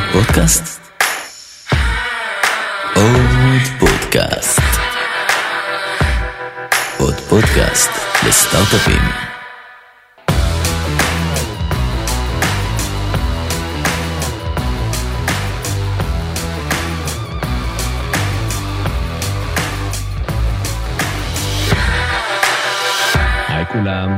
פודקאסט? עוד פודקאסט. עוד פודקאסט לסטארט-אפים. היי כולם.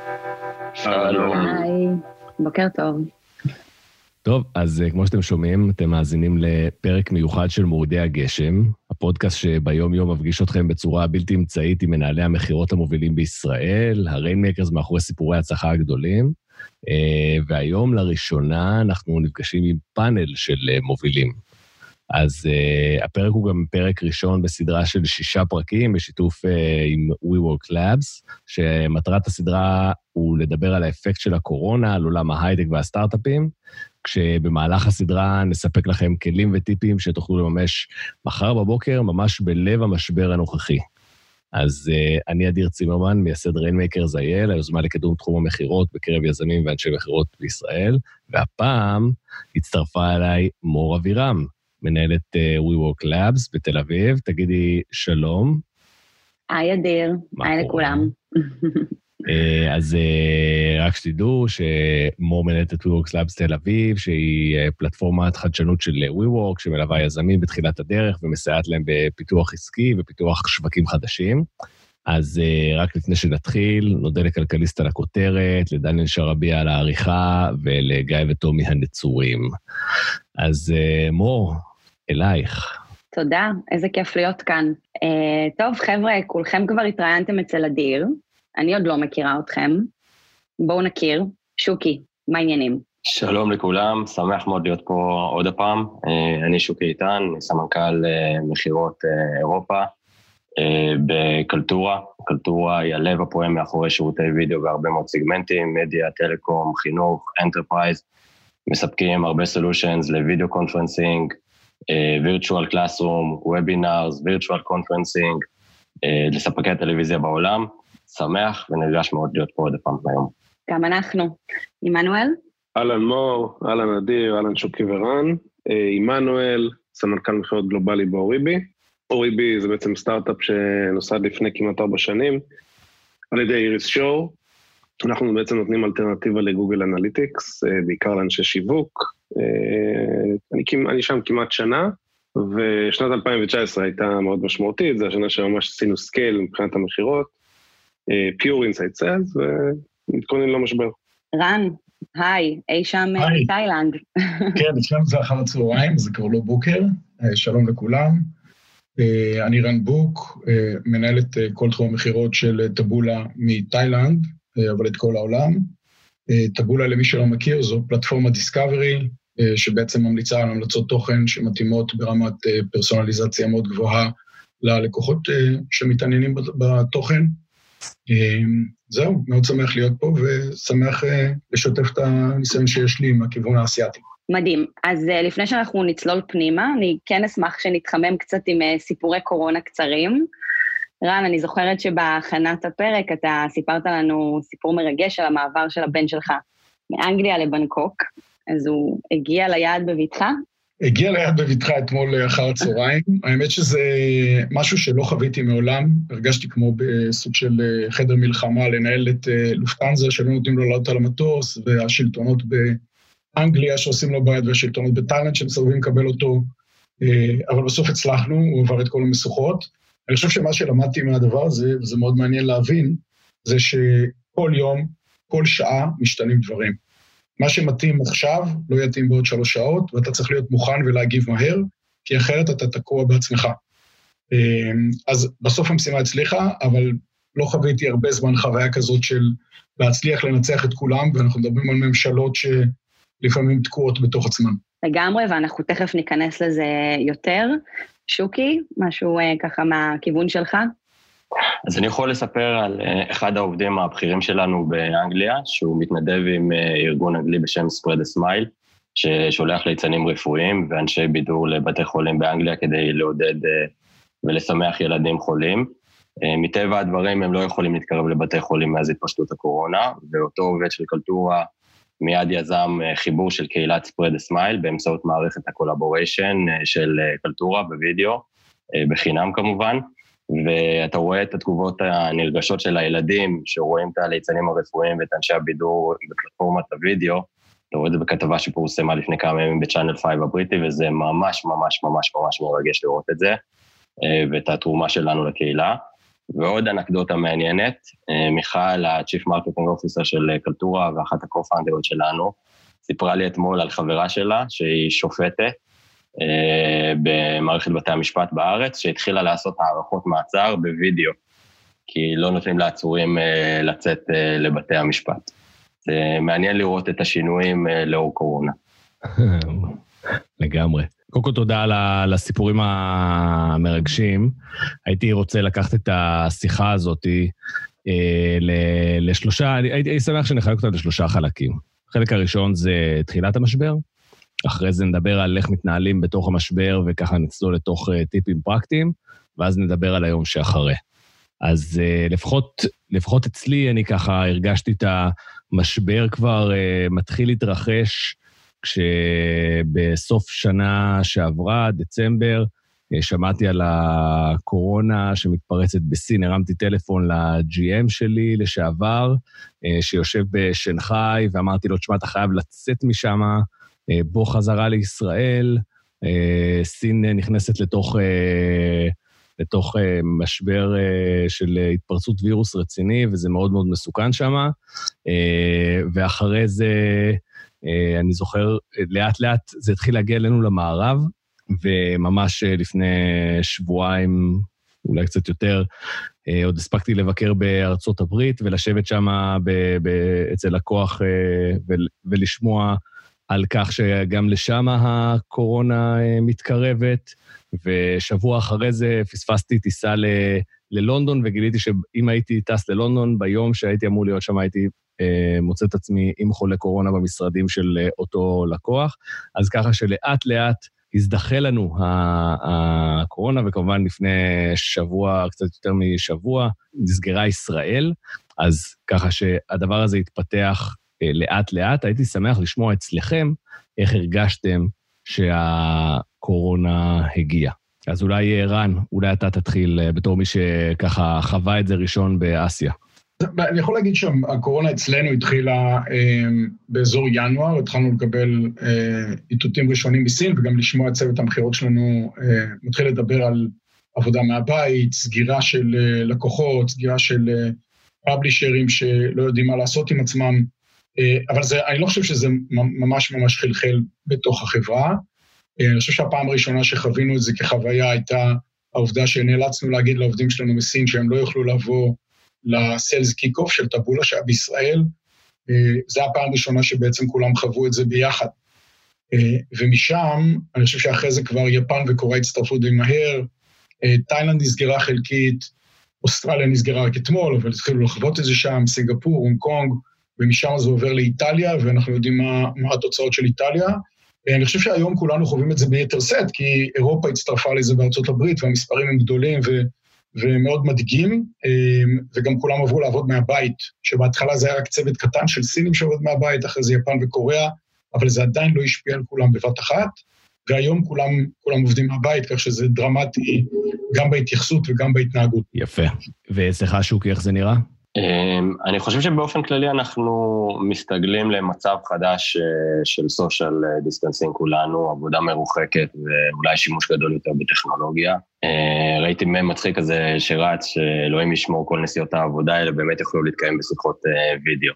שלום. היי, בוקר טוב. טוב, אז כמו שאתם שומעים, אתם מאזינים לפרק מיוחד של מורדי הגשם, הפודקאסט שביום יום מפגיש אתכם בצורה בלתי אמצעית עם מנהלי המחירות המובילים בישראל, הריינמקרס מאחורי סיפורי ההצלחה הגדולים, והיום לראשונה אנחנו נפגשים עם פאנל של מובילים. אז הפרק הוא גם פרק ראשון בסדרה של 6 פרקים, בשיתוף עם WeWork Labs, שמטרת הסדרה הוא לדבר על האפקט של הקורונה, על עולם ההייטק והסטארט-אפים, כשבמהלך הסדרה נספק לכם כלים וטיפים שתוכלו לממש מחר בבוקר, ממש בלב המשבר הנוכחי. אז אני אדיר צימרמן, מייסד ריינמקרס IL, היוזמה לקידום תחום המחירות בקרב יזמים ואנשי מחירות בישראל, והפעם הצטרפה אליי מור אבירם, מנהלת WeWork Labs בתל אביב. תגידי שלום. היי אדיר, היי לכולם. אז רק שתדעו שמור מנהלת את WeWork Labs תל אביב, שהיא פלטפורמת חדשנות של WeWork, שמלווה יזמים בתחילת הדרך ומסייעת להם בפיתוח עסקי ופיתוח שווקים חדשים. אז רק לפני שנתחיל, נודה לכלכליסט על הכותרת, לדניאל שרביע על העריכה, ולגיא וטומי הנצורים. אז מור, אלייך. תודה, איזה כיף להיות כאן. טוב, חבר'ה, כולכם כבר התראיינתם אצל אדיר, אני עוד לא מכירה אתכם. בואו נכיר. שוקי, מה העניינים? שלום לכולם, שמח מאוד להיות פה עוד הפעם. אני שוקי איתן, סמנכ"ל מחירות אירופה בקלטורה. קלטורה היא הלב הפועם מאחורי שירותי וידאו והרבה מאוד סיגמנטים, מדיה, טלקום, חינוך, אנטרפרייז. מספקים הרבה סולושנס לוידאו קונפרנסינג, וירטואל קלאסרום, וובינארס, וירטואל קונפרנסינג, לספקי הטלוויזיה בעולם. שמח ונרגש מאוד להיות פה עוד הפעם היום. גם אנחנו. עמנואל? אהלן מור, אהלן אדיר, אהלן שוקי ורן. עמנואל, סמנכ"ל מחירות גלובלי באוריבי. אוריבי זה בעצם סטארט-אפ שנוסד לפני כמעט 4 שנים, על ידי איריס שור. אנחנו בעצם נותנים אלטרנטיבה לגוגל אנליטיקס, בעיקר לאנשי שיווק. אני שם כמעט שנה, ושנת 2019 הייתה מאוד משמעותית, זו השנה שממש עשינו סקייל מבחינת המחירות, pure inside sales, ומתכונן למשבר. רן, היי, אי שם בתאילנד. כן, אצלנו זה אחר הצהריים, זה כבר לא בוקר. שלום לכולם. אני רן בוק, מנהל את כל תחום המחירות של טבולה מתאילנד, אבל את כל העולם. טבולה, למי שלא מכיר, זו פלטפורמה דיסקאברי, שבעצם ממליצה על המלצות תוכן שמתאימות ברמת פרסונליזציה מאוד גבוהה ללקוחות שמתעניינים בתוכן. זהו, מאוד שמח להיות פה, ושמח לשתף את הניסיון שיש לי מהכיוון האסייתי. מדהים. אז לפני שאנחנו נצלול פנימה, אני כן אשמח שנתחמם קצת עם סיפורי קורונה קצרים. רן, אני זוכרת שבהכנת הפרק אתה סיפרת לנו סיפור מרגש על המעבר של הבן שלך מאנגליה לבנקוק, אז הוא הגיע ליעד בביטחה? הגיע ליעד בביטחה אתמול אחר הצהריים. האמת שזה משהו שלא חוויתי מעולם, הרגשתי כמו בסוג של חדר מלחמה לנהל את לופטנזה, שלא נותנים לו לעלות על המטוס, והשלטונות באנגליה שעושים לו ביד, והשלטונות בתאילנד שמסרבים לקבל אותו, אבל בסוף הצלחנו, הוא עבר את כל המשוכות. אני חושב שמה שלמדתי מהדבר הזה, וזה מאוד מעניין להבין, זה שכל יום, כל שעה משתנים דברים. מה שמתאים עכשיו לא יתאים בעוד 3 שעות, ואתה צריך להיות מוכן ולהגיב מהר, כי אחרת אתה תקוע בעצמך. אז בסוף המשימה הצליחה, אבל לא חוויתי הרבה זמן חוויה כזאת של להצליח לנצח את כולם, ואנחנו מדברים על ממשלות שלפעמים תקועות בתוך עצמן. לגמרי, ואנחנו תכף ניכנס לזה יותר. שוקי, משהו ככה מהכיוון שלך? אז אני יכול לספר על אחד העובדים הבכירים שלנו באנגליה, שהוא מתנדב עם ארגון אנגלי בשם Spread a Smile, ששולח ליצנים רפואיים ואנשי בידור לבתי חולים באנגליה כדי לעודד ולשמח ילדים חולים. מטבע הדברים הם לא יכולים להתקרב לבתי חולים מאז התפשטות הקורונה, ואותו עובד של קלטורה מיד יזם חיבור של קהילת Spread the Smile, באמצעות מערכת הקולבוריישן של קלטורה בווידאו, בחינם כמובן, ואתה רואה את התגובות הנרגשות של הילדים, שרואים את הליצנים הרפואיים ואת אנשי הבידור בפלטפורמת הווידאו, אתה רואה את זה בכתבה שפורסמה לפני כמה ימים בצ'אנל 5 הבריטי, וזה ממש ממש ממש ממש מרגש לראות את זה, ואת התרומה שלנו לקהילה. ועוד אנקדוטה מעניינת, מיכל, ה-Chief Marketing Officer של קלטורה, ואחת הקו-פאונדריות שלנו, סיפרה לי אתמול על חברה שלה, שהיא שופטת, במערכת בתי המשפט בארץ, שהתחילה לעשות הערכות מעצר בווידאו, כי לא נותנים לעצורים לצאת לבתי המשפט. זה מעניין לראות את השינויים לאור קורונה. לגמרי. קודם כל תודה על הסיפורים המרגשים. הייתי רוצה לקחת את השיחה הזאת לשלושה, הייתי שמח שנחלק אותה לשלושה חלקים. החלק הראשון זה תחילת המשבר, אחרי זה נדבר על איך מתנהלים בתוך המשבר, וככה נצלול לתוך טיפים פרקטיים, ואז נדבר על היום שאחרי. אז לפחות אצלי אני ככה הרגשתי את המשבר כבר מתחיל להתרחש, כשבסוף שנה שעברה, דצמבר, שמעתי על הקורונה שמתפרצת בסין, הרמתי טלפון ל-GM שלי לשעבר, שיושב בשנחאי, ואמרתי לו, תשמע, אתה חייב לצאת משם, בוא חזרה לישראל, סין נכנסת לתוך משבר של התפרצות וירוס רציני, וזה מאוד מאוד מסוכן שם, ואחרי זה, אני זוכר, לאט לאט זה התחיל להגיע אלינו למערב, וממש לפני שבועיים, אולי קצת יותר, עוד הספקתי לבקר בארצות הברית, ולשבת שם אצל לקוח, ולשמוע על כך שגם לשם הקורונה מתקרבת, ושבוע אחרי זה פספסתי טיסה ללונדון, וגיליתי שאם הייתי טס ללונדון, ביום שהייתי אמור להיות שם, הייתי מוצא את עצמי עם חולה קורונה במשרדים של אותו לקוח, אז ככה שלאט לאט הזדחה לנו הקורונה, וכמובן לפני שבוע, קצת יותר משבוע, נסגרה ישראל, אז ככה שהדבר הזה התפתח לאט לאט, הייתי שמח לשמוע אצלכם איך הרגשתם שהקורונה הגיעה. אז אולי רן, אולי אתה תתחיל בתור מי שככה חווה את זה ראשון באסיה. אני יכול להגיד שהקורונה אצלנו התחילה באזור ינואר, התחלנו לקבל איתותים ראשונים מסין, וגם לשמוע את צוות המחירות שלנו מתחיל לדבר על עבודה מהבית, סגירה של לקוחות, סגירה של פאבלישרים שלא יודעים מה לעשות עם עצמם, אבל אני לא חושב שזה ממש ממש חלחל בתוך החברה. אני חושב שהפעם הראשונה שחווינו את זה כחוויה הייתה העובדה שנאלצנו להגיד לעובדים שלנו מסין שהם לא יוכלו לבוא לסיילס קיק-אוף של טבולה שהיה בישראל. זה הפעם הראשונה שבעצם כולם חוו את זה ביחד. ומשם, אני חושב שאחרי זה כבר יפן וקוריאה הצטרפו די מהר, תאילנד נסגרה חלקית, אוסטרליה נסגרה רק אתמול, אבל התחילו לחוות את זה שם, סינגפור, הונג קונג, ומשם זה עובר לאיטליה, ואנחנו יודעים מה התוצאות של איטליה. אני חושב שהיום כולנו חווים את זה ביתר סט, כי אירופה הצטרפה לזה בארצות הברית, והמספרים הם גדולים ומאוד מדהיגים, וגם כולם עברו לעבוד מהבית, שבהתחלה זה היה רק צוות קטן של סינים שעובד מהבית, אחרי זה יפן וקוריאה, אבל זה עדיין לא השפיע על כולם בבת אחת, והיום כולם עובדים מהבית, כך שזה דרמטי גם בהתייחסות וגם בהתנהגות. יפה. ואצלך שוקי, איך זה נראה? אני חושב שבאופן כללי אנחנו מסתגלים למצב חדש של סושיאל דיסטנסינג כולנו, עבודה מרוחקת ואולי שימוש גדול יותר בטכנולוגיה. ראיתי מצחיק כזה שרץ שאלוהים ישמור כל נסיעות העבודה האלה באמת יוכלו להתקיים בשיחות וידאו.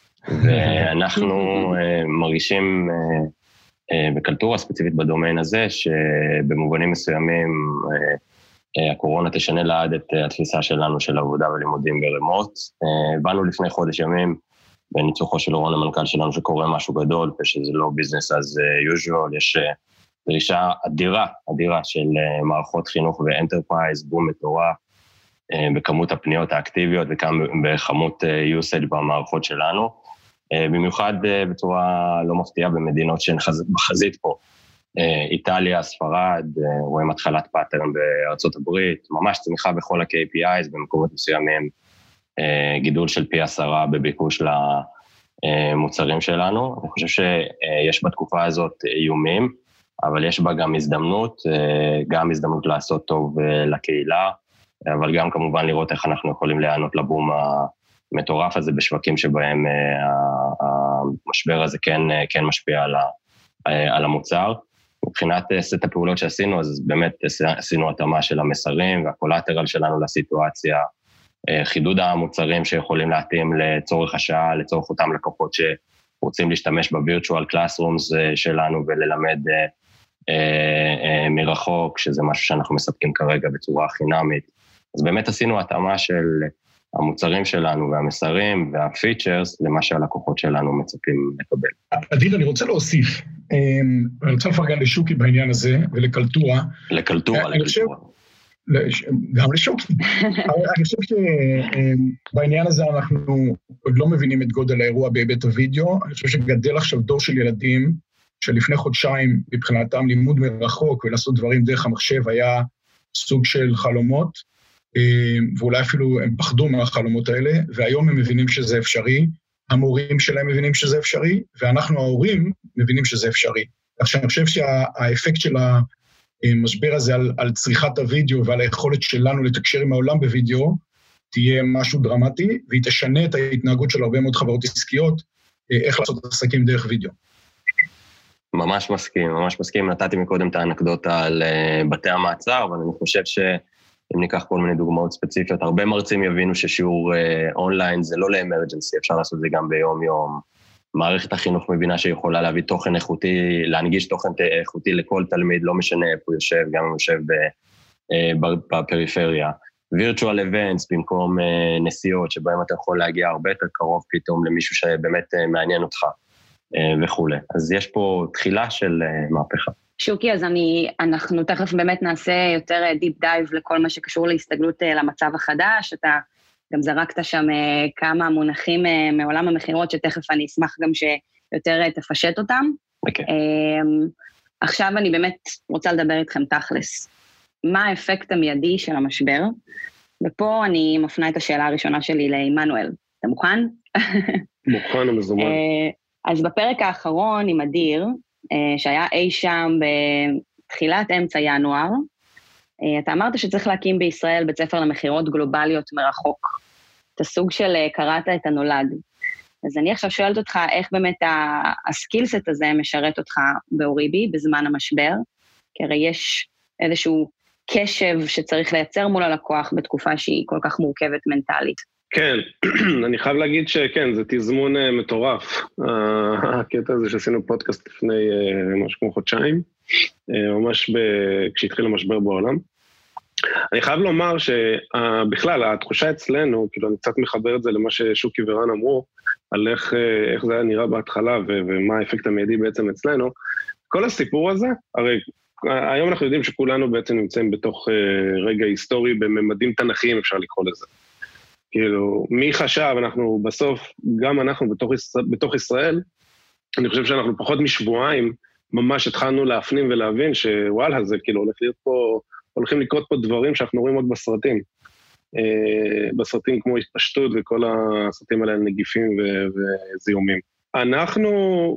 ואנחנו מרגישים בקלטורה ספציפית בדומיין הזה שבמובנים מסוימים הקורונה תשנה לעד את התפיסה שלנו של עבודה ולימודים ברמוט. באנו לפני חודש ימים בניצוחו של רון המנכ"ל שלנו שקורה משהו גדול, ושזה לא ביזנס אז usual, יש דרישה אדירה של מערכות חינוך ואנטרפרייז, בום מטורף, בכמות הפניות האקטיביות וגם בכמות usage במערכות שלנו, במיוחד בצורה לא מפתיעה במדינות שהן בחזית פה, איטליה, ספרד, רואים התחלת פאטרן בארצות הברית, ממש צמיחה בכל ה-KPIs, במקומות מסוימים, גידול של פי 10 בביקוש מוצרים שלנו. אני חושב שיש בתקופה הזאת איומים, אבל יש בה גם הזדמנות לעשות טוב לקהילה, אבל גם כמובן לראות איך אנחנו יכולים להיענות לבום המטורף הזה בשווקים שבהם המשבר הזה כן משפיע על המוצר. מבחינת סט הפעולות שעשינו, אז באמת עשינו התאמה של המסרים והקולטרל שלנו לסיטואציה, חידוד המוצרים שיכולים להתאים לצורך השעה, לצורך אותם לקוחות שרוצים להשתמש בווירטואל קלאסרומס שלנו וללמד מרחוק, שזה משהו שאנחנו מספקים כרגע בצורה חינמית. אז באמת עשינו התאמה של המוצרים שלנו והמסרים והפיצ'רס למה שהלקוחות שלנו מצפים לקבל. אדיר, אני רוצה להוסיף, אני רוצה לפרגן לשוקי בעניין הזה ולקלטורה. לקלטורה. גם לשוקי. אני חושב שבעניין הזה אנחנו עוד לא מבינים את גודל האירוע בהיבט הוידאו. אני חושב שגדל עכשיו דור של ילדים, שלפני חודשיים מבחינתם לימוד מרחוק ולעשות דברים דרך המחשב היה סוג של חלומות, ואולי אפילו הם פחדו מהחלומות האלה, והיום הם מבינים שזה אפשרי, המורים שלהם מבינים שזה אפשרי, ואנחנו ההורים מבינים שזה אפשרי. עכשיו אני חושב שהאפקט של המשבר הזה על צריכת הוידאו ועל היכולת שלנו לתקשר עם העולם בוידאו, תהיה משהו דרמטי, והיא תשנה את ההתנהגות של הרבה מאוד חברות עסקיות, איך לעשות עסקים דרך וידאו. ממש מסכים. נתתי מקודם את האנקדוטה על בתי המעצר, אבל אני חושב שאם ניקח כל מיני דוגמאות ספציפיות, הרבה מרצים יבינו ששיעור אונליין זה לא לאמרג'נסי, אפשר לעשות את זה גם ביום יום. מערכת החינוך מבינה שיכולה להביא תוכן איכותי, להנגיש תוכן איכותי לכל תלמיד, לא משנה איפה הוא יושב, גם אם הוא יושב בפריפריה. virtual events במקום נסיעות, שבהם אתה יכול להגיע הרבה יותר קרוב פתאום למישהו שבאמת מעניין אותך וכו'. אז יש פה תחילה של מהפכה. שוקי, אז אנחנו תכף באמת נעשה יותר דיפ דייב לכל מה שקשור להסתגלות למצב החדש, אתה גם זרקת שם כמה מונחים מעולם המחירות, שתכף אני אשמח גם שיותר תפשט אותם. Okay. עכשיו אני באמת רוצה לדבר איתכם תכלס. מה האפקט המיידי של המשבר? ופה אני מפנה את השאלה הראשונה שלי לעמנואל. אתה מוכן? מוכן ומזומן. אז בפרק האחרון עם אדיר, שהיה אי שם בתחילת אמצע ינואר, אתה אמרת שצריך להקים בישראל בית ספר למחירות גלובליות מרחוק. אתה סוג של קראת את הנולד. אז אני עכשיו שואלת אותך איך באמת הסקילסט הזה משרת אותך באוריבי בזמן המשבר, כי הרי יש איזשהו קשב שצריך לייצר מול הלקוח בתקופה שהיא כל כך מורכבת מנטלית. כן, אני חייב להגיד שכן, זה תזמון מטורף. הקטע הזה שעשינו פודקאסט לפני משהו כמו חודשיים, ממש כשהתחיל המשבר בעולם. אני חייב לומר שבכלל, התחושה אצלנו, כאילו אני קצת מחבר את זה למה ששוקי ורן אמרו, על איך זה היה נראה בהתחלה ומה האפקט המיידי בעצם אצלנו. כל הסיפור הזה, הרי היום אנחנו יודעים שכולנו בעצם נמצאים בתוך רגע היסטורי בממדים תנכיים, אפשר לקרוא לזה. כאילו, מי חשב, אנחנו בסוף, גם אנחנו בתוך ישראל, אני חושב שאנחנו פחות משבועיים, ממש התחלנו להפנים ולהבין שוואלה, זה כאילו הולכים לקרות פה דברים שאנחנו רואים עוד בסרטים. בסרטים כמו התפשטות וכל הסרטים האלה נגיפים וזיהומים. אנחנו,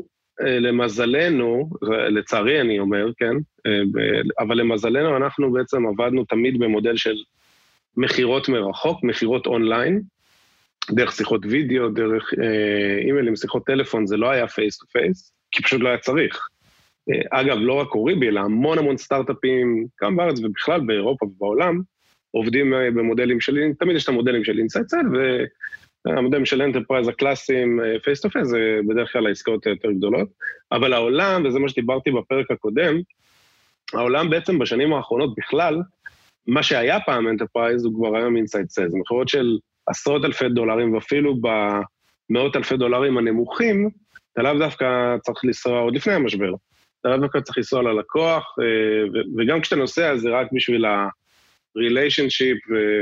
למזלנו, לצערי אני אומר, כן, אבל למזלנו אנחנו בעצם עבדנו תמיד במודל של מחירות מרחוק, מחירות אונליין, דרך שיחות וידאו, דרך אימיילים, שיחות טלפון, זה לא היה פייס טו פייס, כי פשוט לא היה צריך. אגב, לא רק אוריבי, אלא המון סטארט-אפים, גם בארץ ובכלל באירופה ובעולם, עובדים במודלים של, תמיד יש את המודלים של אינסייט-סייל, והמודלים של אנטרפרייז הקלאסיים, פייס טו פייס, זה בדרך כלל העסקאות יותר גדולות, אבל העולם, וזה מה שדיברתי בפרק הקודם, העולם בעצם בשנים האחרונות בכלל, מה שהיה פעם אנטרפרייז הוא כבר היום אינסייט-סייל, זה מחירות של $10,000 ואפילו $100,000 הנמוכים, אתה לאו דווקא צריך לנסוע עוד לפני המשבר, אתה לאו דווקא צריך לנסוע ללקוח, וגם כשאתה נוסע זה רק בשביל ה-relationship,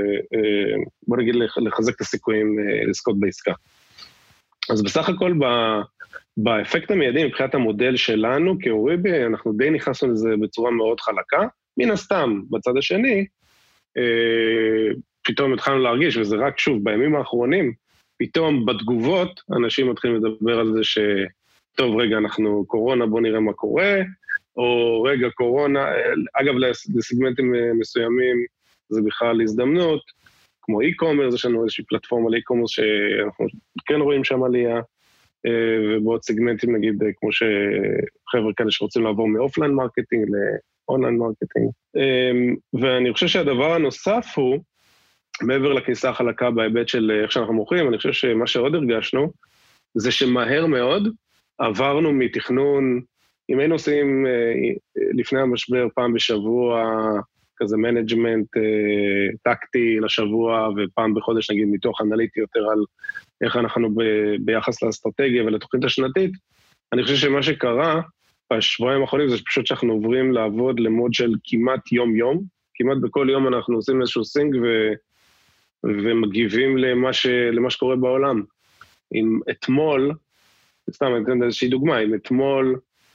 בוא נגיד לחזק את הסיכויים לזכות בעסקה. אז בסך הכל באפקט המיידי מבחינת המודל שלנו כאוריבי, אנחנו די נכנסנו לזה בצורה מאוד חלקה, מן הסתם בצד השני, פתאום התחלנו להרגיש, וזה רק שוב בימים האחרונים, פתאום בתגובות אנשים מתחילים לדבר על זה טוב, רגע, אנחנו קורונה, בוא נראה מה קורה, או רגע, קורונה, אגב, לסגמנטים מסוימים זה בכלל הזדמנות, כמו e-commerce, יש לנו איזושהי פלטפורמה ל-e-commerce שאנחנו כן רואים שם עלייה, ובעוד סגמנטים, נגיד, כמו שחבר'ה כאלה שרוצים לעבור מאופליין מרקטינג לאונליין מרקטינג. ואני חושב שהדבר הנוסף הוא, מעבר לכניסה החלקה בהיבט של איך שאנחנו מוכרים, אני חושב שמה שעוד הרגשנו, זה שמהר מאוד עברנו מתכנון, אם היינו עושים לפני המשבר פעם בשבוע, כזה מנג'מנט טקטי לשבוע, ופעם בחודש נגיד מתוך אנליטי יותר על איך אנחנו ביחס לאסטרטגיה ולתוכנית השנתית, אני חושב שמה שקרה בשבועיים האחרונים זה פשוט שאנחנו עוברים לעבוד למוד של כמעט יום-יום, כמעט בכל יום אנחנו עושים איזשהו סינג ומגיבים למה שקורה בעולם. אם אתמול, סתם אני אתן איזושהי דוגמה, אם אתמול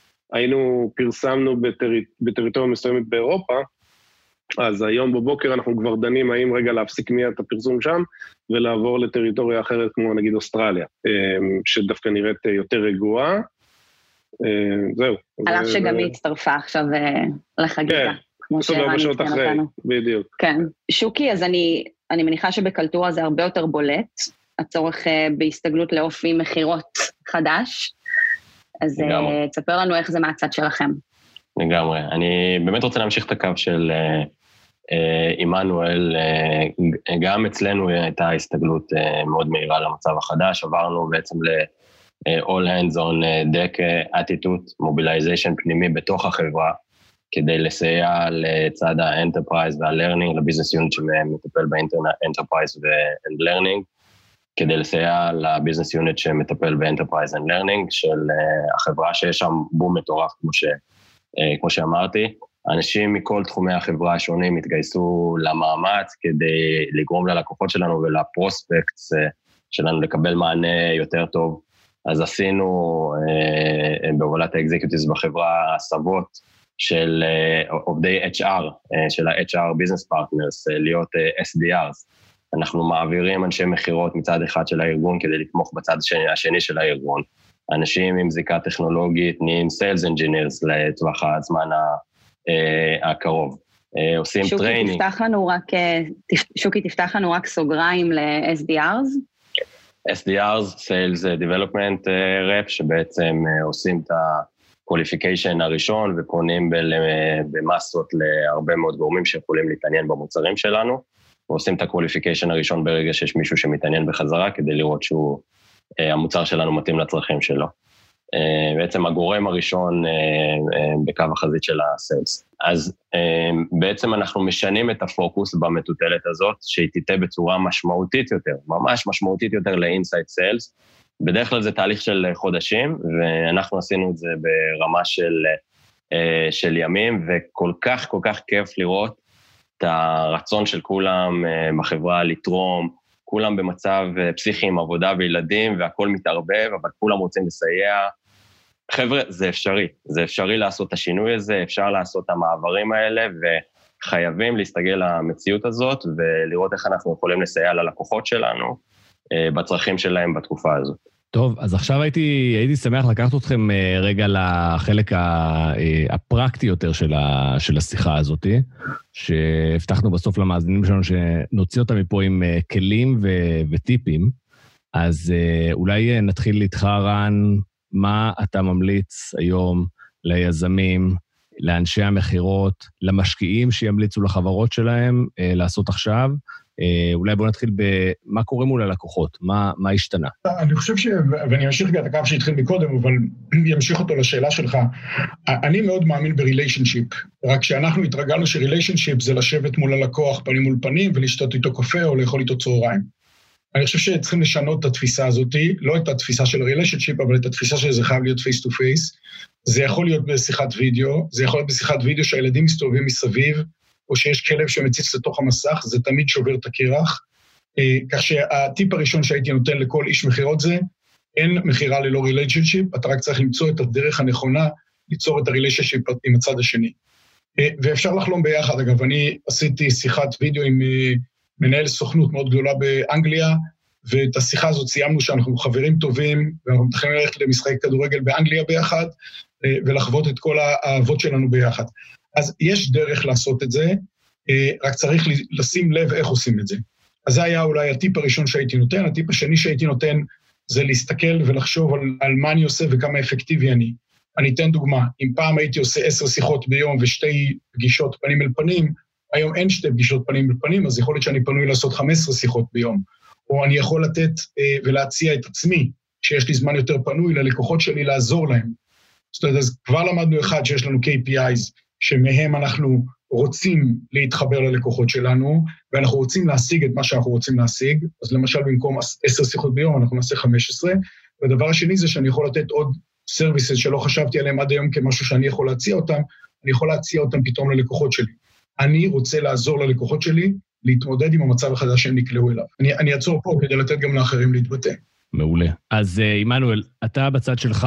פרסמנו בטריטוריה מסוימת באירופה, אז היום בבוקר אנחנו כבר דנים האם רגע להפסיק מיד את הפרסום שם, ולעבור לטריטוריה אחרת כמו נגיד אוסטרליה, שדווקא נראית יותר רגועה. זהו. על אף שגם היא הצטרפה עכשיו לחגיגה. כמו שרני ציין אותנו. בדיוק. כן. שוקי, אז אני מניחה שבקלטורה זה הרבה יותר בולט, הצורך בהסתגלות לאופי מחירות חדש, אז תספר לנו איך זה מהצד שלכם. לגמרי. אני באמת רוצה להמשיך את הקו של עמנואל, גם אצלנו הייתה הסתגלות מאוד מהירה למצב החדש, עברנו בעצם ל-all hands on deck attitude, mobilization פנימי בתוך החברה, כדי לסייע לצד ה-enterprise וה-learning, לביזנס יוניט שמטפל ב-enterprise ו-learning, כדי לסייע לביזנס יוניט שמטפל ב-enterprise and learning של החברה שיש שם בום מטורף, כמו שאמרתי. אנשים מכל תחומי החברה השונים התגייסו למאמץ כדי לגרום ללקוחות שלנו ולפרוספקטס שלנו לקבל מענה יותר טוב. אז עשינו בהובלת האקזקיוטיבס בחברה הסבות של עובדי HR, של ה-HR Business Partners, להיות SDRs. אנחנו מעבירים אנשי מחירות מצד אחד של הארגון כדי לתמוך בצד השני של הארגון. אנשים עם זיקה טכנולוגית נהיים Sales Engineers לטווח הזמן הקרוב. עושים טריינינג. שוקי, תפתח לנו רק סוגריים ל-SDRs? SDRs, Sales Development Rep, שבעצם עושים את ה-qualification הראשון ופונים במסות להרבה מאוד גורמים שיכולים להתעניין במוצרים שלנו, ועושים את ה-qualification הראשון ברגע שיש מישהו שמתעניין בחזרה, כדי לראות שהוא, המוצר שלנו מתאים לצרכים שלו. בעצם הגורם הראשון בקו החזית של הסיילס. אז בעצם אנחנו משנים את הפוקוס במטוטלת הזאת, שהיא תיתה בצורה משמעותית יותר, ממש משמעותית יותר לאינסייט סיילס. בדרך כלל זה תהליך של חודשים, ואנחנו עשינו את זה ברמה של ימים, וכל כך כל כך כיף לראות את הרצון של כולם בחברה לתרום, כולם במצב פסיכי עם עבודה וילדים, והכל מתערבב, אבל כולם רוצים לסייע. חבר'ה, זה אפשרי לעשות את השינוי הזה, אפשר לעשות את המעברים האלה, וחייבים להסתגל למציאות הזאת, ולראות איך אנחנו יכולים לסייע ללקוחות שלנו, בצרכים שלהם בתקופה הזאת. טוב, אז עכשיו הייתי שמח לקחת אתכם רגע לחלק הפרקטי יותר של השיחה הזאת, שהבטחנו בסוף למאזינים שלנו שנוציא אותם מפה עם כלים וטיפים. אז אולי נתחיל איתך, רן, מה אתה ממליץ היום ליזמים, לאנשי המחירות, למשקיעים שימליצו לחברות שלהם לעשות עכשיו? אולי בוא נתחיל במה קורה מול הלקוחות, מה השתנה? אני חושב ואני אמשיך את הקו שהתחיל מקודם, אבל ימשיך אותו לשאלה שלך. אני מאוד מאמין בריליישנשיפ, רק שאנחנו התרגלנו שריליישנשיפ זה לשבת מול הלקוח פנים מול פנים, ולשתות איתו קפה או לאכול איתו צהריים. אני חושב שצריכים לשנות את התפיסה הזאת, לא את התפיסה של הריליישנשיפ, אבל את התפיסה שזה חייב להיות פייס טו פייס. זה יכול להיות בשיחת וידאו, זה יכול להיות בשיחת וידאו שהילדים מסתובבים מסביב, או שיש כלב שמציץ לתוך המסך, זה תמיד שובר את הקרח. כך שהטיפ הראשון שהייתי נותן לכל איש מחירות זה, אין מחירה ללא ריליישנשיפ, אתה רק צריך למצוא את הדרך הנכונה, ליצור את הריליישנשיפ עם הצד השני. ואפשר לחלום ביחד, אגב, אני עשיתי שיחת וידאו עם מנהל סוכנות מאוד גדולה באנגליה, ואת השיחה הזאת סיימנו שאנחנו חברים טובים, ואנחנו מתחילים ללכת למשחק כדורגל באנגליה ביחד, ולחוות את כל האהבות שלנו ביחד. אז יש דרך לעשות את זה, רק צריך לשים לב איך עושים את זה. אז זה היה אולי הטיפ הראשון שהייתי נותן, הטיפ השני שהייתי נותן זה להסתכל ולחשוב על מה אני עושה וכמה אפקטיבי אני. אני אתן דוגמה, אם פעם הייתי עושה 10 שיחות ביום ושתי פגישות פנים אל פנים, היום אין 2 פגישות פנים אל פנים, אז יכול להיות שאני פנוי לעשות 15 שיחות ביום. או אני יכול לתת ולהציע את עצמי, שיש לי זמן יותר פנוי ללקוחות שלי לעזור להם. זאת אומרת, אז כבר למדנו אחד שיש לנו KPIs, שמהם אנחנו רוצים להתחבר ללקוחות שלנו, ואנחנו רוצים להשיג את מה שאנחנו רוצים להשיג, אז למשל במקום 10 שיחות ביום, אנחנו נעשה 15, והדבר השני זה שאני יכול לתת עוד סרוויסס שלא חשבתי עליהם עד היום כמשהו שאני יכול להציע אותם, אני יכול להציע אותם פתאום ללקוחות שלי. אני רוצה לעזור ללקוחות שלי להתמודד עם המצב החדש שהם נקלעו אליו. אני אעצור פה כדי לתת גם לאחרים להתבטא. מעולה. אז עמנואל, אתה בצד שלך,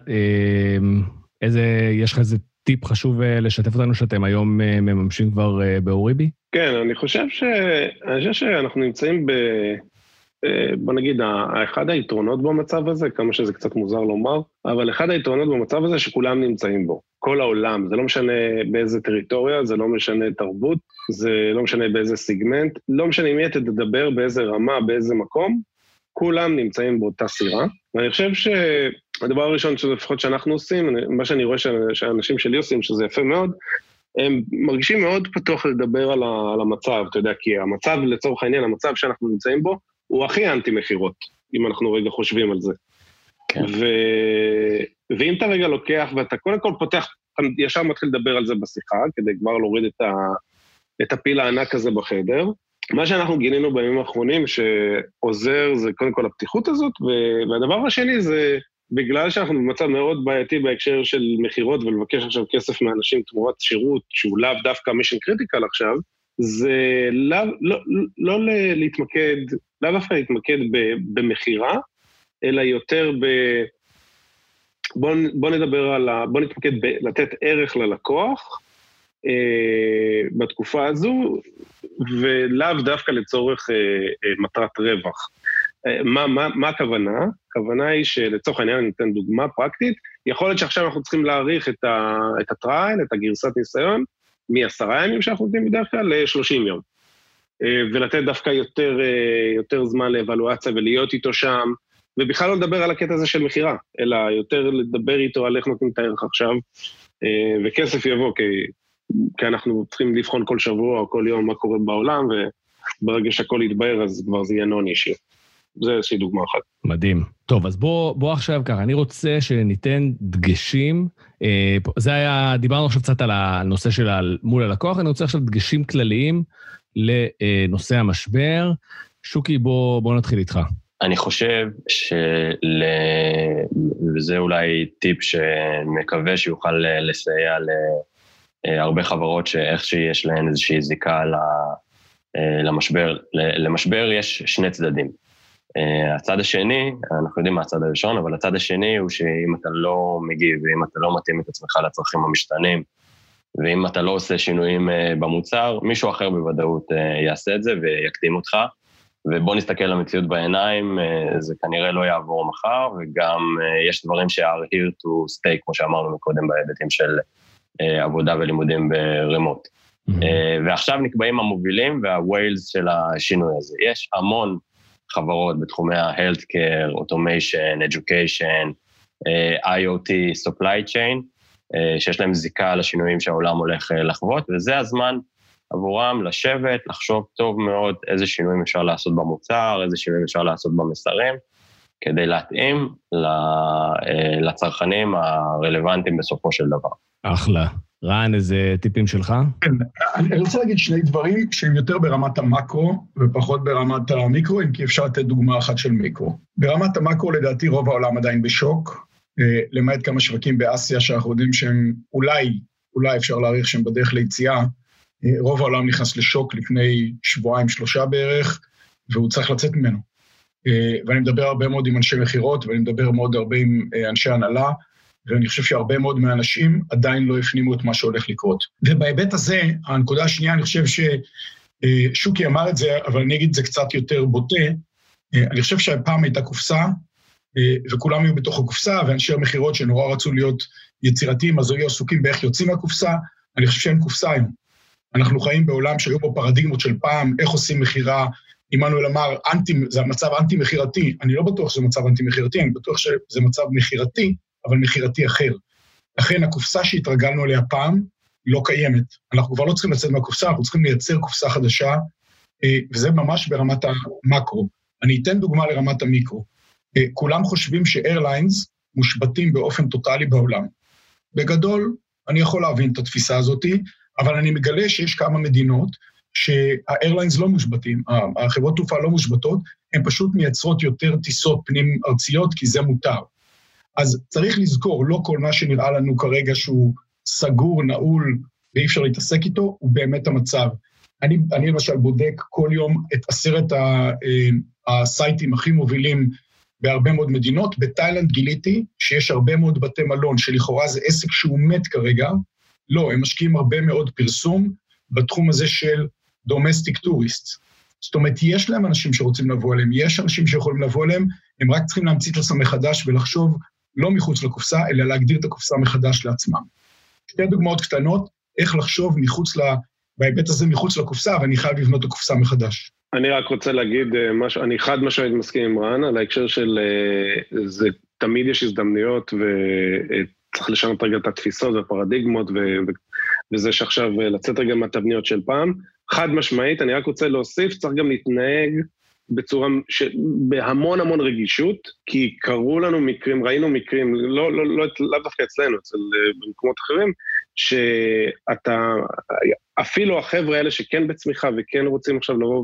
יש לך איזה טיפ חשוב לשתף אותנו שאתם היום מממשים כבר באוריבי? כן, אני חושב שאנחנו נמצאים בוא נגיד, אחד היתרונות במצב הזה, כמה שזה קצת מוזר לומר, אבל אחד היתרונות במצב הזה שכולם נמצאים בו. כל העולם, זה לא משנה באיזה טריטוריה, זה לא משנה תרבות, זה לא משנה באיזה סיגמנט, לא משנה אם אתה תדבר באיזה רמה, באיזה מקום, כולם נמצאים באותה סירה. ואני חושב שהדבר הראשון שלפחות שאנחנו עושים, מה שאני רואה שהאנשים שלי עושים, שזה יפה מאוד, הם מרגישים מאוד פתוח לדבר על המצב, אתה יודע, כי המצב, לצורך העניין, המצב שאנחנו נמצאים בו, הוא הכי אנטי-מחירות, אם אנחנו רגע חושבים על זה. כן. ואם אתה רגע לוקח, ואתה קודם כל פותח, ישר מתחיל לדבר על זה בשיחה, כדי כבר להוריד את הפיל הענק הזה בחדר. מה שאנחנו גילינו בימים האחרונים, שעוזר זה קודם כל הפתיחות הזאת, והדבר השני זה, בגלל שאנחנו במצב מאוד בעייתי בהקשר של מחירות, ולבקש עכשיו כסף מאנשים תמורת שירות, שהוא לאו דווקא מישן קריטיקל עכשיו, זה לא להתמקד, לאו דווקא להתמקד במחירה, אלא יותר בוא נתמקד לתת ערך ללקוח בתקופה הזו, ולאו דווקא לצורך מטרת רווח. מה הכוונה? הכוונה היא שלצורך העניין אני אתן דוגמה פרקטית, יכול להיות שעכשיו אנחנו צריכים להאריך את הטרייל, את הגרסת ניסיון, מ10 ימים שאנחנו נותנים בדרך כלל ל30 יום. ולתת דווקא יותר זמן לאבלואציה ולהיות איתו שם, ובכלל לא לדבר על הקטע הזה של מחירה, אלא יותר לדבר איתו על איך נותנים את הערך עכשיו, וכסף יבוא, כי אנחנו צריכים לבחון כל שבוע או כל יום מה קורה בעולם, וברגע שהכל יתבהר אז כבר זה יהיה נון אישי. זה איזושהי דוגמה אחת. מדהים. טוב, אז בוא עכשיו ככה, אני רוצה שניתן דגשים, זה היה, דיברנו עכשיו קצת על הנושא של מול הלקוח, אני רוצה עכשיו דגשים כלליים לנושא המשבר. שוקי, בוא נתחיל איתך. אני חושב וזה אולי טיפ שמקווה שיוכל לסייע להרבה חברות שאיך שיש להן איזושהי זיקה למשבר. למשבר יש 2 צדדים. הצד השני, אנחנו יודעים מה הצד הראשון, אבל הצד השני הוא שאם אתה לא מגיב, ואם אתה לא מתאים את עצמך לצרכים המשתנים, ואם אתה לא עושה שינויים במוצר, מישהו אחר בוודאות יעשה את זה ויקדים אותך, ובוא נסתכל למציאות בעיניים, זה כנראה לא יעבור מחר, וגם יש דברים ש-are here to stay, כמו שאמרנו מקודם בהיבטים של עבודה ולימודים ברמוט. ועכשיו נקבעים המובילים והווילס של השינוי הזה. יש המון חברות בתחומי ה-healthcare, automation, education, IoT, supply chain, שיש להם זיקה לשינויים שהעולם הולך לחוות, וזה הזמן עבורם לשבת, לחשוב טוב מאוד איזה שינויים אפשר לעשות במוצר, איזה שינויים אפשר לעשות במסרים, כדי להתאים לצרכנים הרלוונטיים בסופו של דבר. אחלה. רן, איזה טיפים שלך? כן, אני רוצה להגיד 2 דברים שהם יותר ברמת המקרו ופחות ברמת המיקרו, אם כי אפשר לתת דוגמה אחת של מיקרו. ברמת המקרו לדעתי רוב העולם עדיין בשוק, למעט כמה שווקים באסיה שאנחנו יודעים שהם אולי אפשר להעריך שהם בדרך ליציאה, רוב העולם נכנס לשוק לפני 2-3 בערך, והוא צריך לצאת ממנו. ואני מדבר הרבה מאוד עם אנשי מחירות, ואני מדבר מאוד הרבה עם אנשי הנהלה, ואני חושב שהרבה מאוד מהאנשים עדיין לא הפנימו את מה שהולך לקרות. ובהיבט הזה, הנקודה השנייה, אני חושב ששוקי אמר את זה, אבל אני אגיד את זה קצת יותר בוטה, אני חושב שהפעם הייתה קופסה, וכולם היו בתוך הקופסה, ואנשי המחירות שנורא רצו להיות יצירתיים, אז היו עסוקים באיך יוצאים מהקופסה, אני חושב שאין קופסה היום. אנחנו חיים בעולם שהיו בו פרדיגמות של פעם, איך עושים מחירה, עמנואל אמר, זה מצב אנטי-מחירתי, אני לא בטוח שזה מצב אנטי-מחירתי, אני בטוח שזה מצב מחירתי, אבל מחירתי אחר. לכן הקופסה שהתרגלנו אליה פעם, לא קיימת. אנחנו כבר לא צריכים לצאת מהקופסה, אנחנו צריכים לייצר קופסה חדשה, וזה ממש ברמת המקרו. אני אתן דוגמה לרמת המיקרו. כולם חושבים שאיירליינס מושבתים באופן טוטלי בעולם. בגדול, אני יכול להבין את התפיסה הזאת, אבל אני מגלה שיש כמה מדינות שהאיירליינס לא מושבתים, החברות תעופה לא מושבתות, הן פשוט מייצרות יותר טיסות פנים ארציות, כי זה מותר. אז צריך לזכור, לא כל מה שנראה לנו כרגע שהוא סגור, נעול, ואי אפשר להתעסק איתו, הוא באמת המצב. אני למשל בודק כל יום את 10 הסייטים הכי מובילים בהרבה מאוד מדינות. בתאילנד גיליתי שיש הרבה מאוד בתי מלון, שלכאורה זה עסק שהוא מת כרגע. לא, הם משקיעים הרבה מאוד פרסום בתחום הזה של domestic tourists. זאת אומרת, יש להם אנשים שרוצים לבוא אליהם, יש אנשים שיכולים לבוא אליהם, הם רק צריכים להמציא את עצמם מחדש ולחשוב לא מחוץ לקופסה, אלא להגדיר את הקופסה מחדש לעצמם. שתי דוגמאות קטנות, איך לחשוב בהיבט הזה מחוץ לקופסה, ואני חייב לבנות את הקופסה מחדש. אני רק רוצה להגיד משהו, אני חד משמעית מסכים עם רן, על ההקשר של זה תמיד יש הזדמנויות, וצריך לשנות רגע את התפיסות והפרדיגמות, וזה שעכשיו לצאת רגע מהתבניות של פעם. חד משמעית, אני רק רוצה להוסיף, צריך גם להתנהג בצורה, בהמון המון רגישות, כי קראו לנו מקרים, ראינו מקרים, לא דווקא אצלנו, במקומות אחרים, שאתה, אפילו החבר'ה האלה שכן בצמיחה וכן רוצים עכשיו לבוא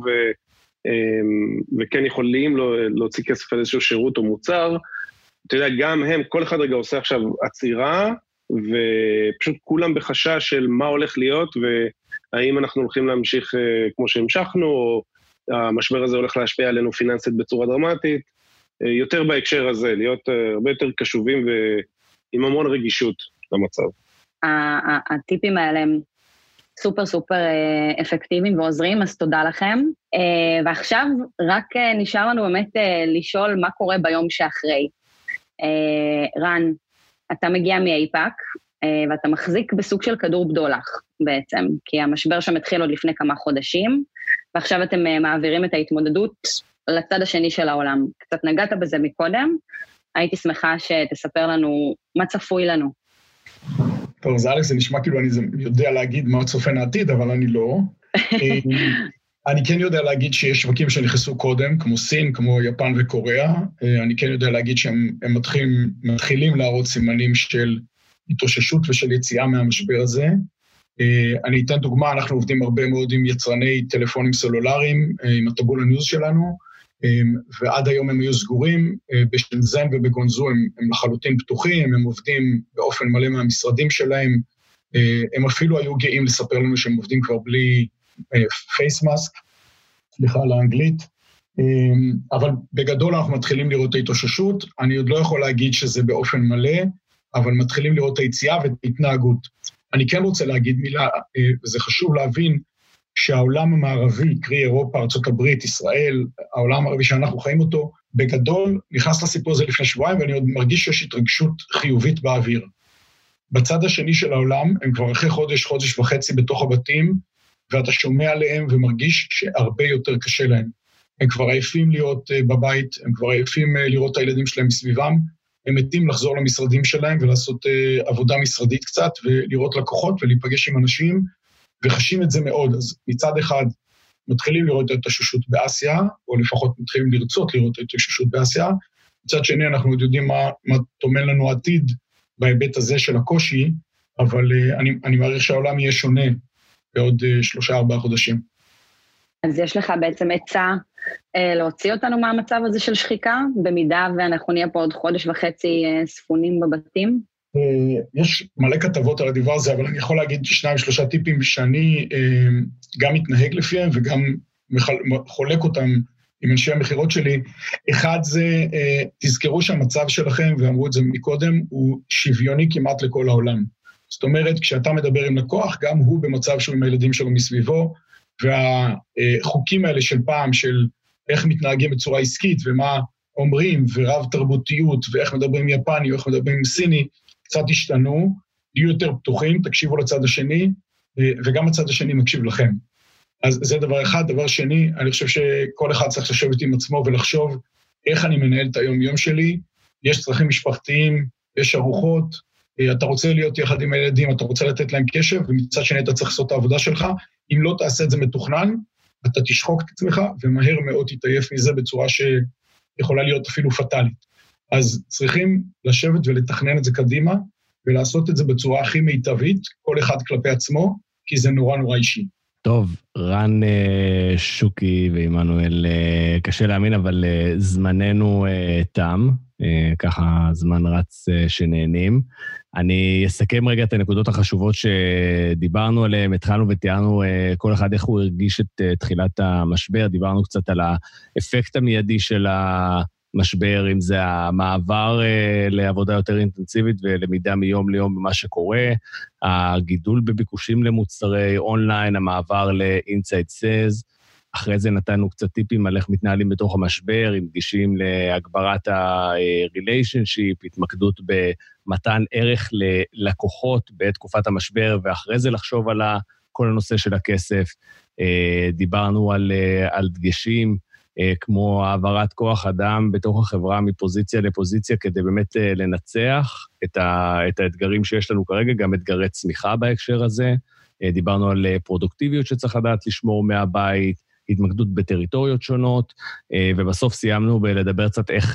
וכן יכולים להוציא כסף על איזשהו שירות או מוצר, אתה יודע, גם הם, כל אחד רגע עושה עכשיו עצירה, ופשוט כולם בחשש של מה הולך להיות, והאם אנחנו הולכים להמשיך כמו שהמשכנו, או המשבר הזה הולך להשפיע עלינו פיננסית בצורה דרמטית, יותר בהקשר הזה, להיות הרבה יותר קשובים ועם המון רגישות למצב. הטיפים האלה הם סופר סופר אפקטיביים ועוזרים, אז תודה לכם. ועכשיו רק נשאר לנו באמת לשאול מה קורה ביום שאחרי. רן, אתה מגיע מאיפאק, ואתה מחזיק בסוג של כדור בדולח בעצם, כי המשבר שם התחיל עוד לפני כמה חודשים, ועכשיו אתם מעבירים את ההתמודדות לצד השני של העולם. קצת נגעת בזה מקודם, הייתי שמחה שתספר לנו מה צפוי לנו. טוב, אז אלכס, זה נשמע כאילו אני יודע להגיד מה צופן העתיד, אבל אני לא. אני כן יודע להגיד שיש שווקים שנכנסו קודם, כמו סין, כמו יפן וקוריאה. אני כן יודע להגיד שהם מתחילים להראות סימנים של התאוששות ושל יציאה מהמשבר הזה. אני אתן דוגמה, אנחנו עובדים הרבה מאוד עם יצרני טלפונים סלולריים, עם הטבול הניוז שלנו, ועד היום הם היו סגורים, בשנזן ובגונזו הם לחלוטין פתוחים, הם עובדים באופן מלא מהמשרדים שלהם, הם אפילו היו גאים לספר לנו שהם עובדים כבר בלי פייס מאסק, סליחה על האנגלית, אבל בגדול אנחנו מתחילים לראות את ההתאוששות, אני עוד לא יכול להגיד שזה באופן מלא, אבל מתחילים לראות את היציאה ואת ההתנהגות. אני כן רוצה להגיד מילה, וזה חשוב להבין, שהעולם המערבי, קרי אירופה, ארצות הברית, ישראל, העולם המערבי שאנחנו חיים אותו, בגדול נכנס לסיפור הזה לפני שבועיים, ואני עוד מרגיש שיש התרגשות חיובית באוויר. בצד השני של העולם, הם כבר אחרי חודש וחצי בתוך הבתים, ואתה שומע עליהם ומרגיש שהרבה יותר קשה להם. הם כבר עייפים להיות בבית, הם כבר עייפים לראות את הילדים שלהם מסביבם, הם מתים לחזור למשרדים שלהם ולעשות עבודה משרדית קצת, ולראות לקוחות ולהיפגש עם אנשים, וחשים את זה מאוד. אז מצד אחד מתחילים לראות את ההתאוששות באסיה, או לפחות מתחילים לרצות לראות את ההתאוששות באסיה, מצד שני אנחנו יודעים מה תומן לנו עתיד בהיבט הזה של הקושי, אבל אני מעריך שהעולם יהיה שונה בעוד 3-4 חודשים. אז יש לך בעצם עצה להוציא אותנו מהמצב הזה של שחיקה, במידה ואנחנו נהיה פה עוד 1.5 חודש ספונים בבתים? יש מלא כתבות על הדבר הזה, אבל אני יכול להגיד 2-3 טיפים שאני גם מתנהג לפיהם וגם חולק אותם עם אנשי המחירות שלי. אחד זה, תזכרו שהמצב שלכם, ואמרו את זה מקודם, הוא שוויוני כמעט לכל העולם. זאת אומרת, כשאתה מדבר עם לקוח, גם הוא במצב שהוא עם הילדים שלו מסביבו, והחוקים האלה של פעם, של איך מתנהגים בצורה עסקית ומה אומרים, ורב תרבותיות, ואיך מדברים יפני, או איך מדברים סיני, קצת השתנו, תהיו יותר פתוחים, תקשיבו לצד השני, וגם הצד השני מקשיב לכם. אז זה דבר אחד. דבר שני, אני חושב שכל אחד צריך לשבת עם עצמו ולחשוב איך אני מנהל את היום-יום שלי, יש צרכים משפחתיים, יש ארוחות, אתה רוצה להיות יחד עם הילדים, אתה רוצה לתת להם קשב, ומצד שני אתה צריך לעשות את העבודה שלך, אם לא תעשה את זה מתוכנן, אתה תשחוק את עצמך, ומהר מאוד תתעייף מזה בצורה שיכולה להיות אפילו פטלית. אז צריכים לשבת ולתכנן את זה קדימה, ולעשות את זה בצורה הכי מיטבית, כל אחד כלפי עצמו, כי זה נורא נורא אישי. טוב, רן, שוקי ועמנואל, קשה להאמין, אבל זמננו תם, ככה זמן רץ שנהנים. אני אסכם רגע את הנקודות החשובות שדיברנו עליהן, התחלנו ותיארנו כל אחד איך הוא הרגיש את תחילת המשבר, דיברנו קצת על האפקט המיידי של המשבר, אם זה המעבר לעבודה יותר אינטנסיבית ולמידה מיום ליום במה שקורה, הגידול בביקושים למוצרי אונליין, המעבר ל-Inside Sales, אחרי זה נתנו קצת טיפים על איך מתנהלים בתוך המשבר, עם דגשים להגברת ה-relationship, התמקדות במתן ערך ללקוחות בעת תקופת המשבר, ואחרי זה לחשוב על כל הנושא של הכסף. דיברנו על דגשים, כמו העברת כוח אדם בתוך החברה מפוזיציה לפוזיציה, כדי באמת לנצח את האתגרים שיש לנו כרגע, גם אתגרי צמיחה בהקשר הזה. דיברנו על פרודוקטיביות שצריך לדעת לשמור מהבית, התמקדות בטריטוריות שונות, ובסוף סיימנו בלדבר קצת איך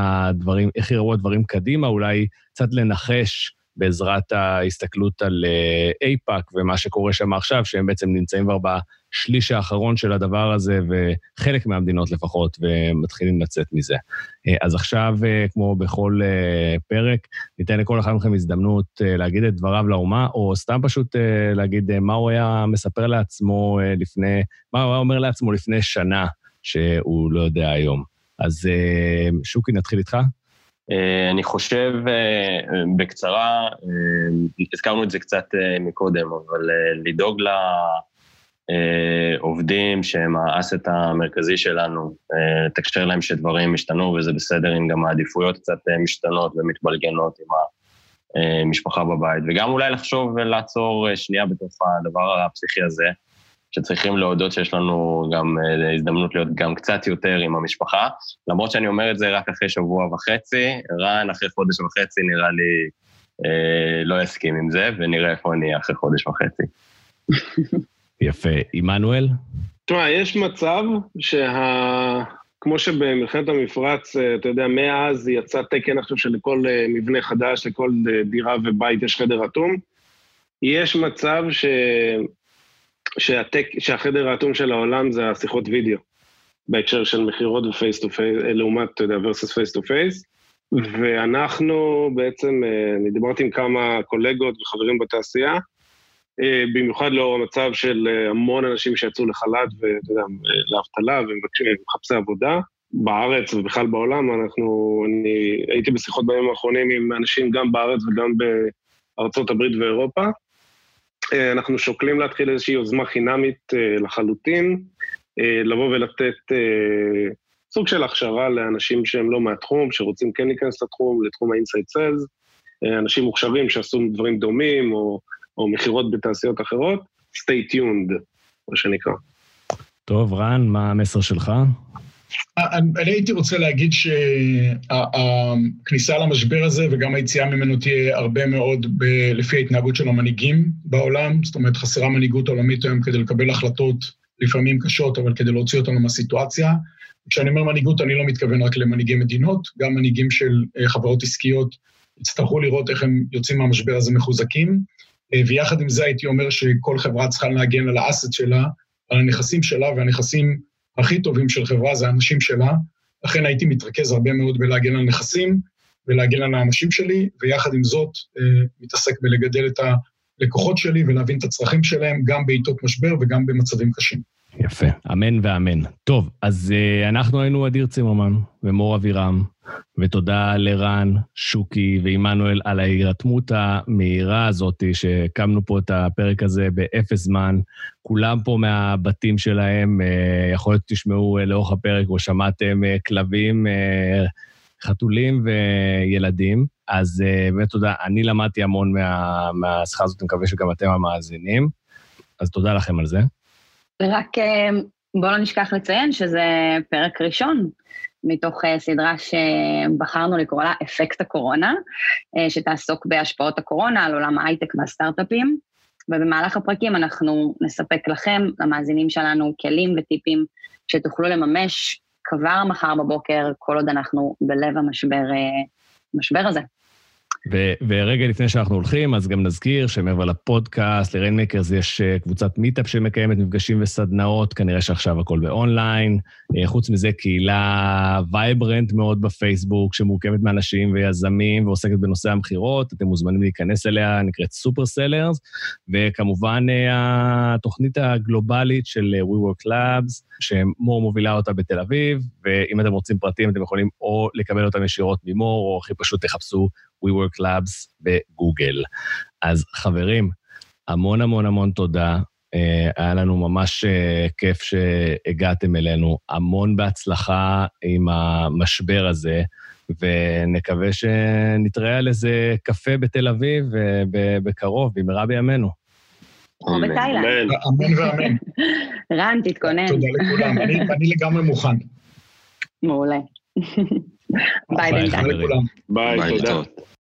יראו הדברים קדימה, אולי קצת לנחש בעזרת ההסתכלות על איפאק ומה שקורה שם עכשיו, שהם בעצם נמצאים כבר בשליש האחרון של הדבר הזה, וחלק מהמדינות לפחות, ומתחילים לצאת מזה. אז עכשיו, כמו בכל פרק, ניתן לכל אחד מכם הזדמנות להגיד את דבריו לאומה, או סתם פשוט להגיד מה הוא היה מספר לעצמו מה הוא היה אומר לעצמו לפני שנה, שהוא לא יודע היום. אז שוקי, נתחיל איתך? אני חושב בקצרה, הזכרנו את זה קצת מקודם, אבל לדאוג לעובדים שהם האסט המרכזי שלנו, תקשר להם שדברים משתנו, וזה בסדר אם גם העדיפויות קצת משתנות ומתבלגנות עם המשפחה בבית, וגם אולי לחשוב ולעצור שנייה בתוך הדבר הפסיכי הזה, שצריכים להודות שיש לנו גם הזדמנות להיות גם קצת יותר עם המשפחה, למרות שאני אומר את זה רק אחרי שבוע וחצי, רן אחרי חודש וחצי נראה לי לא יסכים עם זה, ונראה איפה אני אחרי חודש וחצי. יפה. עמנואל? תשמע, יש מצב כמו שבמלחמת המפרץ, אתה יודע, מאז יצא תקן עכשיו שלכל מבנה חדש, לכל דירה ובית יש חדר אטום, יש מצב שהחדר האטום של העולם זה השיחות וידאו, בהקשר של מחירות ופייס טו פייס, לעומת, אתה יודע, versus פייס טו פייס, ואנחנו בעצם, אני דיברתי עם כמה קולגות וחברים בתעשייה, במיוחד לאור המצב של המון אנשים שיצאו לחל"ת, ואתה יודע, לאבטלה ומחפשי עבודה, בארץ ובכלל בעולם, אני הייתי בשיחות בימים האחרונים עם אנשים גם בארץ וגם בארצות הברית ואירופה, אנחנו שוקלים להתחיל איזושהי יוזמה חינמית לחלוטין, לבוא ולתת סוג של הכשרה לאנשים שהם לא מהתחום, שרוצים כן להיכנס לתחום ה-Inside Sales, אנשים מוכשרים שעשו דברים דומים, או מחירות בתעשיות אחרות, stay tuned, מה שנקרא. טוב, רן, מה המסר שלך? אני הייתי רוצה להגיד שהכניסה למשבר הזה וגם היציאה ממנו תהיה הרבה מאוד לפי ההתנהגות של המנהיגים בעולם, זאת אומרת חסרה מנהיגות עולמית היום כדי לקבל החלטות לפעמים קשות, אבל כדי להוציא אותנו מהסיטואציה. כשאני אומר מנהיגות אני לא מתכוון רק למנהיגי מדינות, גם מנהיגים של חברות עסקיות יצטרכו לראות איך הם יוצאים מהמשבר הזה מחוזקים, ויחד עם זה הייתי אומר שכל חברה צריכה להגן על האסט שלה, על הנכסים שלה, והנכסים הכי טובים של חברה זה האנשים שלה, לכן הייתי מתרכז הרבה מאוד בלהגן על נכסים, ולהגן על האנשים שלי, ויחד עם זאת מתעסק בלגדל את הלקוחות שלי, ולהבין את הצרכים שלהם, גם בעיתות משבר וגם במצבים קשים. יפה, אמן ואמן. טוב, אז אנחנו היינו אדיר צימרמן ומור אבירם, ותודה לרן, שוקי ועמנואל על ההירתמות המהירה הזאת שקמנו פה את הפרק הזה באפס זמן. כולם פה מהבתים שלהם, יכול להיות תשמעו לאורך הפרק או שמעתם כלבים, חתולים וילדים. אז באמת תודה, אני למדתי המון מהשיחה הזאת, אני מקווה שגם אתם המאזינים. אז תודה לכם על זה. רק בואו לא נשכח לציין שזה פרק ראשון, מתוך סדרה שבחרנו לקרוא לה אפקט הקורונה, שתעסוק בהשפעות הקורונה על עולם ההייטק והסטארט-אפים, ובמהלך הפרקים אנחנו נספק לכם, למאזינים שלנו, כלים וטיפים שתוכלו לממש כבר מחר בבוקר, כל עוד אנחנו בלב המשבר הזה. ורגע לפני שאנחנו הולכים, אז גם נזכיר שמעבר לפודקאסט, לריינמקרס יש קבוצת מיטאפ שמקיימת מפגשים וסדנאות, כנראה שעכשיו הכל באונליין. חוץ מזה, קהילה וייברנט מאוד בפייסבוק, שמורכבת מאנשים ויזמים ועוסקת בנושא המחירות. אתם מוזמנים להיכנס אליה, נקראת סופר סלרס, וכמובן התוכנית הגלובלית של WeWork Labs, שמור מובילה אותה בתל אביב, ואם אתם רוצים פרטים, אתם יכולים או לקבל אותם ישירות ממור, או הכי פשוט תחפשו WeWork Labs בגוגל. אז חברים, המון המון המון תודה. היה לנו ממש כיף שהגעתם אלינו. המון בהצלחה עם המשבר הזה, ונקווה שנתראה על איזה קפה בתל אביב בקרוב, במהרה בימינו. או בתאילנד. אמן ואמן. רן, תתכונן. תודה לכולם, אני לגמרי מוכן. מעולה. ביי בינתיים. ביי, תודה.